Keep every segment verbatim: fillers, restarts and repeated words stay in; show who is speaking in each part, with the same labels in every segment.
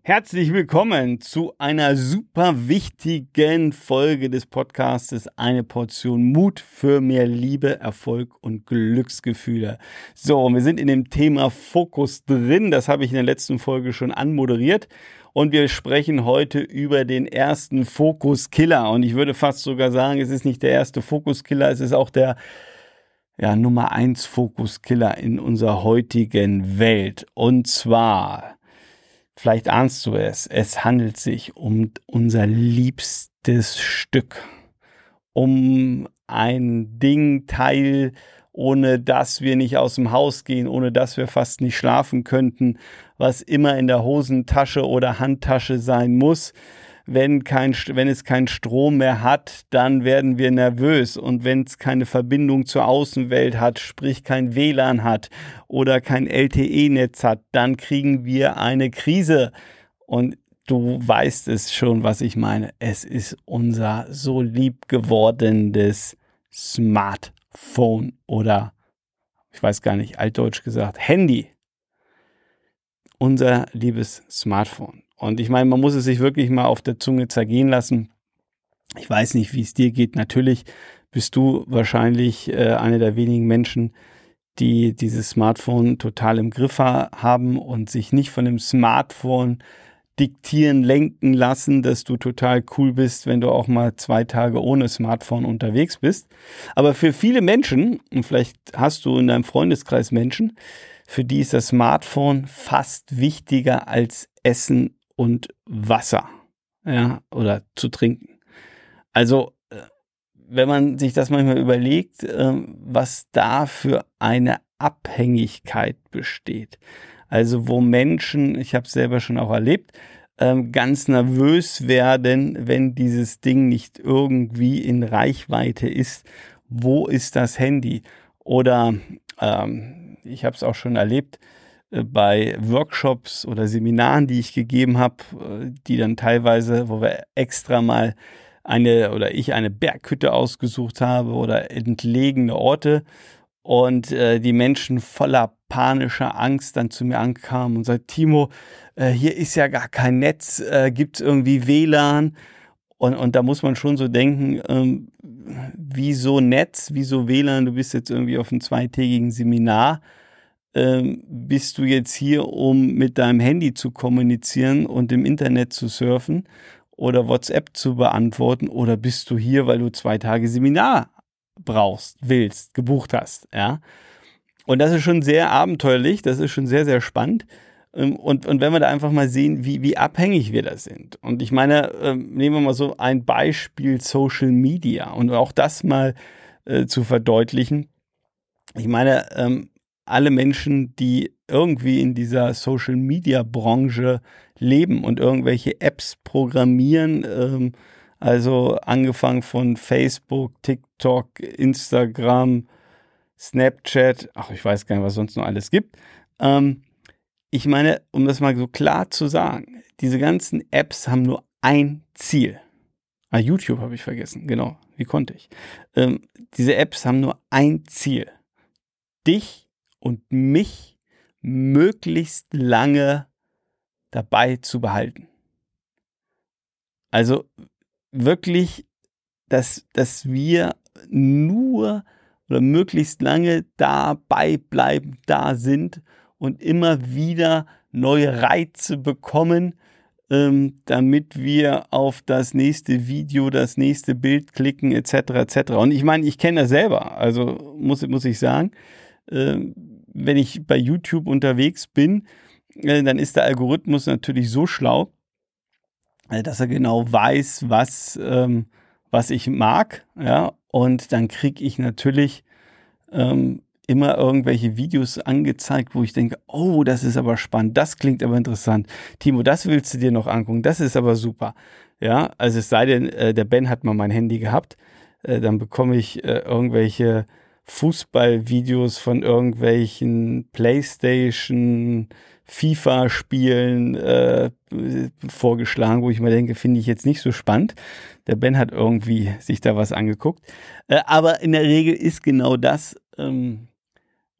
Speaker 1: Herzlich willkommen zu einer super wichtigen Folge des Podcastes Eine Portion Mut für mehr Liebe, Erfolg und Glücksgefühle. So, wir sind in dem Thema Fokus drin. Das habe ich in der letzten Folge schon anmoderiert. Und wir sprechen heute über den ersten Fokuskiller. Und ich würde fast sogar sagen, es ist nicht der erste Fokuskiller, es ist auch der ja, Nummer eins Fokuskiller in unserer heutigen Welt. Und zwar... Vielleicht ahnst du es, es handelt sich um unser liebstes Stück, um ein Ding, Teil, ohne dass wir nicht aus dem Haus gehen, ohne dass wir fast nicht schlafen könnten, was immer in der Hosentasche oder Handtasche sein muss. Wenn, kein, wenn es keinen Strom mehr hat, dann werden wir nervös. Und wenn es keine Verbindung zur Außenwelt hat, sprich kein W L A N hat oder kein L T E-Netz hat, dann kriegen wir eine Krise. Und du weißt es schon, was ich meine. Es ist unser so lieb gewordenes Smartphone oder, ich weiß gar nicht, altdeutsch gesagt, Handy. Unser liebes Smartphone. Und ich meine, man muss es sich wirklich mal auf der Zunge zergehen lassen. Ich weiß nicht, wie es dir geht. Natürlich bist du wahrscheinlich äh, einer der wenigen Menschen, die dieses Smartphone total im Griff ha- haben und sich nicht von dem Smartphone diktieren, lenken lassen, dass du total cool bist, wenn du auch mal zwei Tage ohne Smartphone unterwegs bist. Aber für viele Menschen, und vielleicht hast du in deinem Freundeskreis Menschen, für die ist das Smartphone fast wichtiger als Essen und Wasser, ja, oder zu trinken. Also, wenn man sich das manchmal überlegt, was da für eine Abhängigkeit besteht. Also, wo Menschen, ich habe es selber schon auch erlebt, ganz nervös werden, wenn dieses Ding nicht irgendwie in Reichweite ist. Wo ist das Handy? Oder ähm, ich habe es auch schon erlebt, bei Workshops oder Seminaren, die ich gegeben habe, die dann teilweise, wo wir extra mal eine oder ich eine Berghütte ausgesucht habe oder entlegene Orte und äh, die Menschen voller panischer Angst dann zu mir ankamen und sagten, Timo, äh, hier ist ja gar kein Netz, äh, gibt es irgendwie W L A N? Und, und da muss man schon so denken, ähm, wieso Netz, wieso W L A N, du bist jetzt irgendwie auf einem zweitägigen Seminar, Ähm, bist du jetzt hier, um mit deinem Handy zu kommunizieren und im Internet zu surfen oder WhatsApp zu beantworten, oder bist du hier, weil du zwei Tage Seminar brauchst, willst, gebucht hast, ja? Und das ist schon sehr abenteuerlich, das ist schon sehr, sehr spannend. Und, und wenn wir da einfach mal sehen, wie, wie abhängig wir da sind. Und ich meine, nehmen wir mal so ein Beispiel Social Media und auch das mal äh, zu verdeutlichen. Ich meine, ähm, alle Menschen, die irgendwie in dieser Social-Media-Branche leben und irgendwelche Apps programmieren, ähm, also angefangen von Facebook, TikTok, Instagram, Snapchat, ach, ich weiß gar nicht, was sonst noch alles gibt. Ähm, ich meine, um das mal so klar zu sagen, diese ganzen Apps haben nur ein Ziel. Ah, YouTube habe ich vergessen, genau, wie konnte ich? Ähm, diese Apps haben nur ein Ziel. Dich und mich möglichst lange dabei zu behalten. Also wirklich, dass, dass wir nur oder möglichst lange dabei bleiben, da sind und immer wieder neue Reize bekommen, ähm, damit wir auf das nächste Video, das nächste Bild klicken, et cetera et cetera. Und ich meine, ich kenne das selber, also muss, muss ich sagen, ähm, wenn ich bei YouTube unterwegs bin, äh, dann ist der Algorithmus natürlich so schlau, äh, dass er genau weiß, was, ähm, was ich mag, ja, und dann kriege ich natürlich ähm, immer irgendwelche Videos angezeigt, wo ich denke, oh, das ist aber spannend, das klingt aber interessant. Timo, das willst du dir noch angucken, das ist aber super. Ja, also es sei denn, äh, der Ben hat mal mein Handy gehabt, äh, dann bekomme ich äh, irgendwelche Fußballvideos von irgendwelchen PlayStation, FIFA-Spielen äh, vorgeschlagen, wo ich mir denke, finde ich jetzt nicht so spannend. Der Ben hat irgendwie sich da was angeguckt. Äh, aber in der Regel ist genau das, ähm,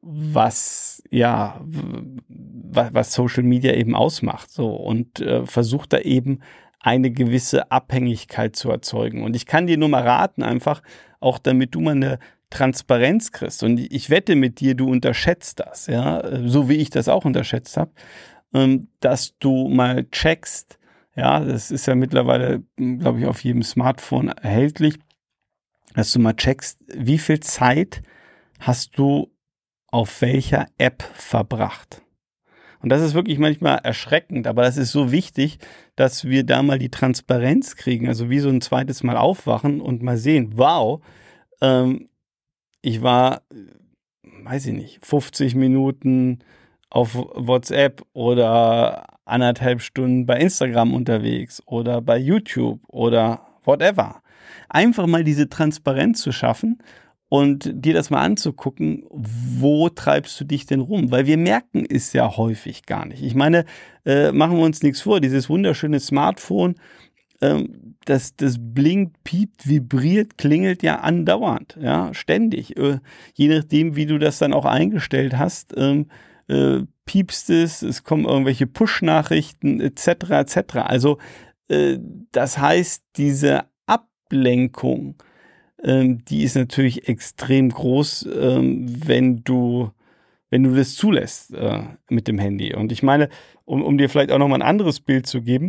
Speaker 1: was, ja, was, was Social Media eben ausmacht, so, und äh, versucht da eben eine gewisse Abhängigkeit zu erzeugen. Und ich kann dir nur mal raten, einfach, auch damit du mal eine Transparenz kriegst. Und ich wette mit dir, du unterschätzt das, ja, so wie ich das auch unterschätzt habe, ähm, dass du mal checkst, ja, das ist ja mittlerweile, glaube ich, auf jedem Smartphone erhältlich, dass du mal checkst, wie viel Zeit hast du auf welcher App verbracht. Und das ist wirklich manchmal erschreckend, aber das ist so wichtig, dass wir da mal die Transparenz kriegen, also wie so ein zweites Mal aufwachen und mal sehen, wow, ähm, ich war, weiß ich nicht, fünfzig Minuten auf WhatsApp oder anderthalb Stunden bei Instagram unterwegs oder bei YouTube oder whatever. Einfach mal diese Transparenz zu schaffen und dir das mal anzugucken, wo treibst du dich denn rum? Weil wir merken es ja häufig gar nicht. Ich meine, äh, machen wir uns nichts vor, dieses wunderschöne Smartphone, ähm, das, das blinkt, piept, vibriert, klingelt ja andauernd, ja, ständig. Äh, je nachdem, wie du das dann auch eingestellt hast, ähm, äh, piepst es, es kommen irgendwelche Push-Nachrichten et cetera et cetera. Also äh, das heißt, diese Ablenkung, ähm, die ist natürlich extrem groß, ähm, wenn du wenn du das zulässt äh, mit dem Handy. Und ich meine, um, um dir vielleicht auch noch mal ein anderes Bild zu geben,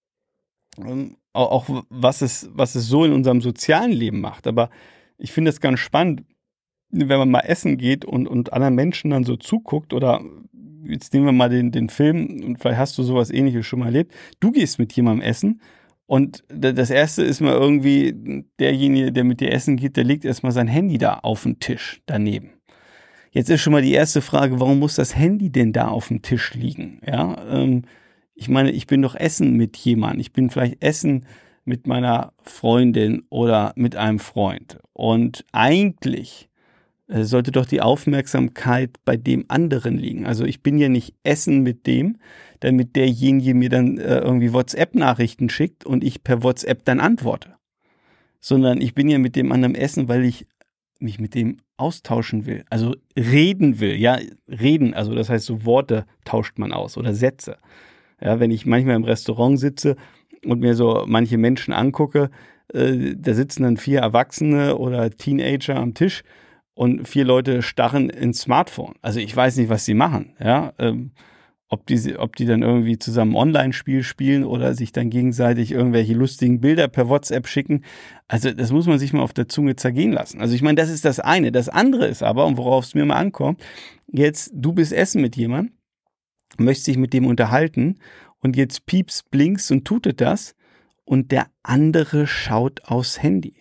Speaker 1: ähm, auch, auch was es was es so in unserem sozialen Leben macht. Aber ich finde es ganz spannend, wenn man mal essen geht und, und anderen Menschen dann so zuguckt, oder jetzt nehmen wir mal den, den Film, und vielleicht hast du sowas Ähnliches schon mal erlebt. Du gehst mit jemandem essen und das Erste ist mal irgendwie, derjenige, der mit dir essen geht, der legt erstmal sein Handy da auf den Tisch daneben. Jetzt ist schon mal die erste Frage, warum muss das Handy denn da auf dem Tisch liegen? Ja, ähm, ich meine, ich bin doch essen mit jemandem. Ich bin vielleicht essen mit meiner Freundin oder mit einem Freund. Und eigentlich äh, sollte doch die Aufmerksamkeit bei dem anderen liegen. Also ich bin ja nicht essen mit dem, damit derjenige mir dann äh, irgendwie WhatsApp-Nachrichten schickt und ich per WhatsApp dann antworte. Sondern ich bin ja mit dem anderen essen, weil ich mich mit dem austauschen will, also reden will, ja, reden, also das heißt, so Worte tauscht man aus oder Sätze. Ja, wenn ich manchmal im Restaurant sitze und mir so manche Menschen angucke, äh, da sitzen dann vier Erwachsene oder Teenager am Tisch und vier Leute starren ins Smartphone. Also ich weiß nicht, was sie machen, ja, ähm, ob die, ob die dann irgendwie zusammen Online-Spiel spielen oder sich dann gegenseitig irgendwelche lustigen Bilder per WhatsApp schicken. Also das muss man sich mal auf der Zunge zergehen lassen. Also ich meine, das ist das eine. Das andere ist aber, und worauf es mir mal ankommt, jetzt, du bist essen mit jemandem, möchtest dich mit dem unterhalten und jetzt piepst, blinkst und tutet das und der andere schaut aufs Handy.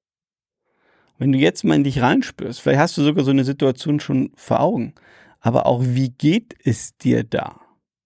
Speaker 1: Wenn du jetzt mal in dich reinspürst, vielleicht hast du sogar so eine Situation schon vor Augen, aber auch wie geht es dir da?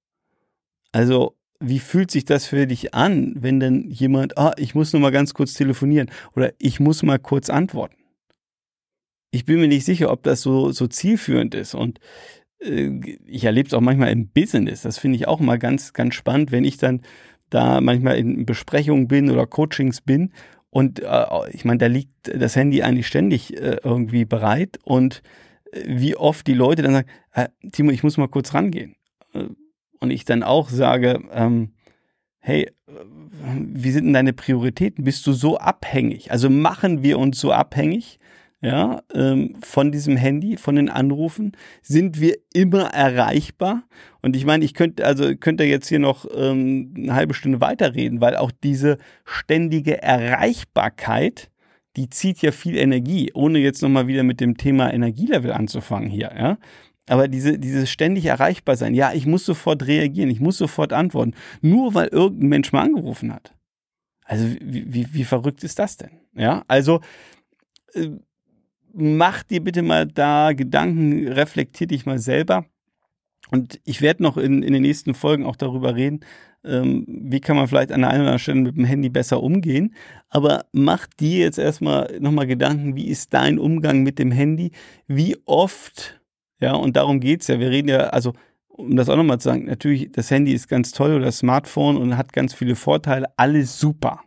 Speaker 1: Also, wie fühlt sich das für dich an, wenn dann jemand, ah, ich muss nur mal ganz kurz telefonieren oder ich muss mal kurz antworten? Ich bin mir nicht sicher, ob das so, so zielführend ist, und äh, ich erlebe es auch manchmal im Business. Das finde ich auch mal ganz, ganz spannend, wenn ich dann da manchmal in Besprechungen bin oder Coachings bin und äh, ich meine, da liegt das Handy eigentlich ständig äh, irgendwie bereit, und äh, wie oft die Leute dann sagen, äh, Timo, ich muss mal kurz rangehen. Äh, Und ich dann auch sage, ähm, hey, wie sind denn deine Prioritäten? Bist du so abhängig? Also machen wir uns so abhängig, ja, ähm, von diesem Handy, von den Anrufen? Sind wir immer erreichbar? Und ich meine, ich könnte, also könnte jetzt hier noch ähm, eine halbe Stunde weiterreden, weil auch diese ständige Erreichbarkeit, die zieht ja viel Energie, ohne jetzt nochmal wieder mit dem Thema Energielevel anzufangen hier, ja. Aber diese, dieses ständig erreichbar sein, ja, ich muss sofort reagieren, ich muss sofort antworten, nur weil irgendein Mensch mal angerufen hat. Also wie, wie, wie verrückt ist das denn? Ja, also äh, mach dir bitte mal da Gedanken, reflektier dich mal selber. Und ich werde noch in, in den nächsten Folgen auch darüber reden, ähm, wie kann man vielleicht an der einen oder anderen Stelle mit dem Handy besser umgehen. Aber mach dir jetzt erstmal nochmal Gedanken, wie ist dein Umgang mit dem Handy? Wie oft... Ja, und darum geht's ja. Wir reden ja, also, um das auch nochmal zu sagen, natürlich, das Handy ist ganz toll oder das Smartphone und hat ganz viele Vorteile, alles super.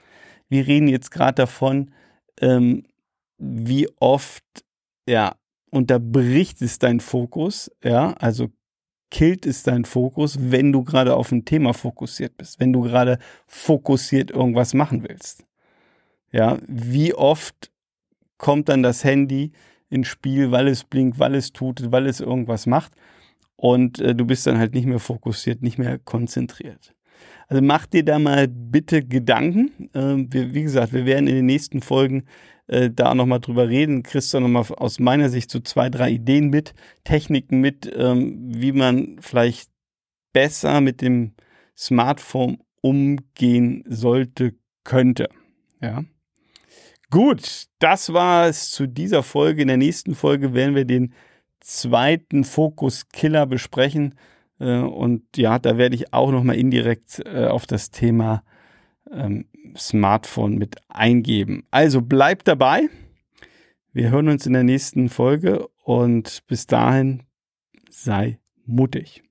Speaker 1: Wir reden jetzt gerade davon, ähm, wie oft, ja, unterbricht es deinen Fokus, ja, also killt es deinen Fokus, wenn du gerade auf ein Thema fokussiert bist, wenn du gerade fokussiert irgendwas machen willst. Ja, wie oft kommt dann das Handy ins Spiel, weil es blinkt, weil es tut, weil es irgendwas macht und äh, du bist dann halt nicht mehr fokussiert, nicht mehr konzentriert. Also mach dir da mal bitte Gedanken. Ähm, wir, wie gesagt, wir werden in den nächsten Folgen äh, da nochmal drüber reden. Kriegst du nochmal aus meiner Sicht so zwei, drei Ideen mit, Techniken mit, ähm, wie man vielleicht besser mit dem Smartphone umgehen sollte, könnte. Ja. Gut, das war es zu dieser Folge. In der nächsten Folge werden wir den zweiten Fokus-Killer besprechen. Und ja, da werde ich auch nochmal indirekt äh, auf das Thema ähm, Smartphone mit eingeben. Also bleibt dabei. Wir hören uns in der nächsten Folge und bis dahin sei mutig.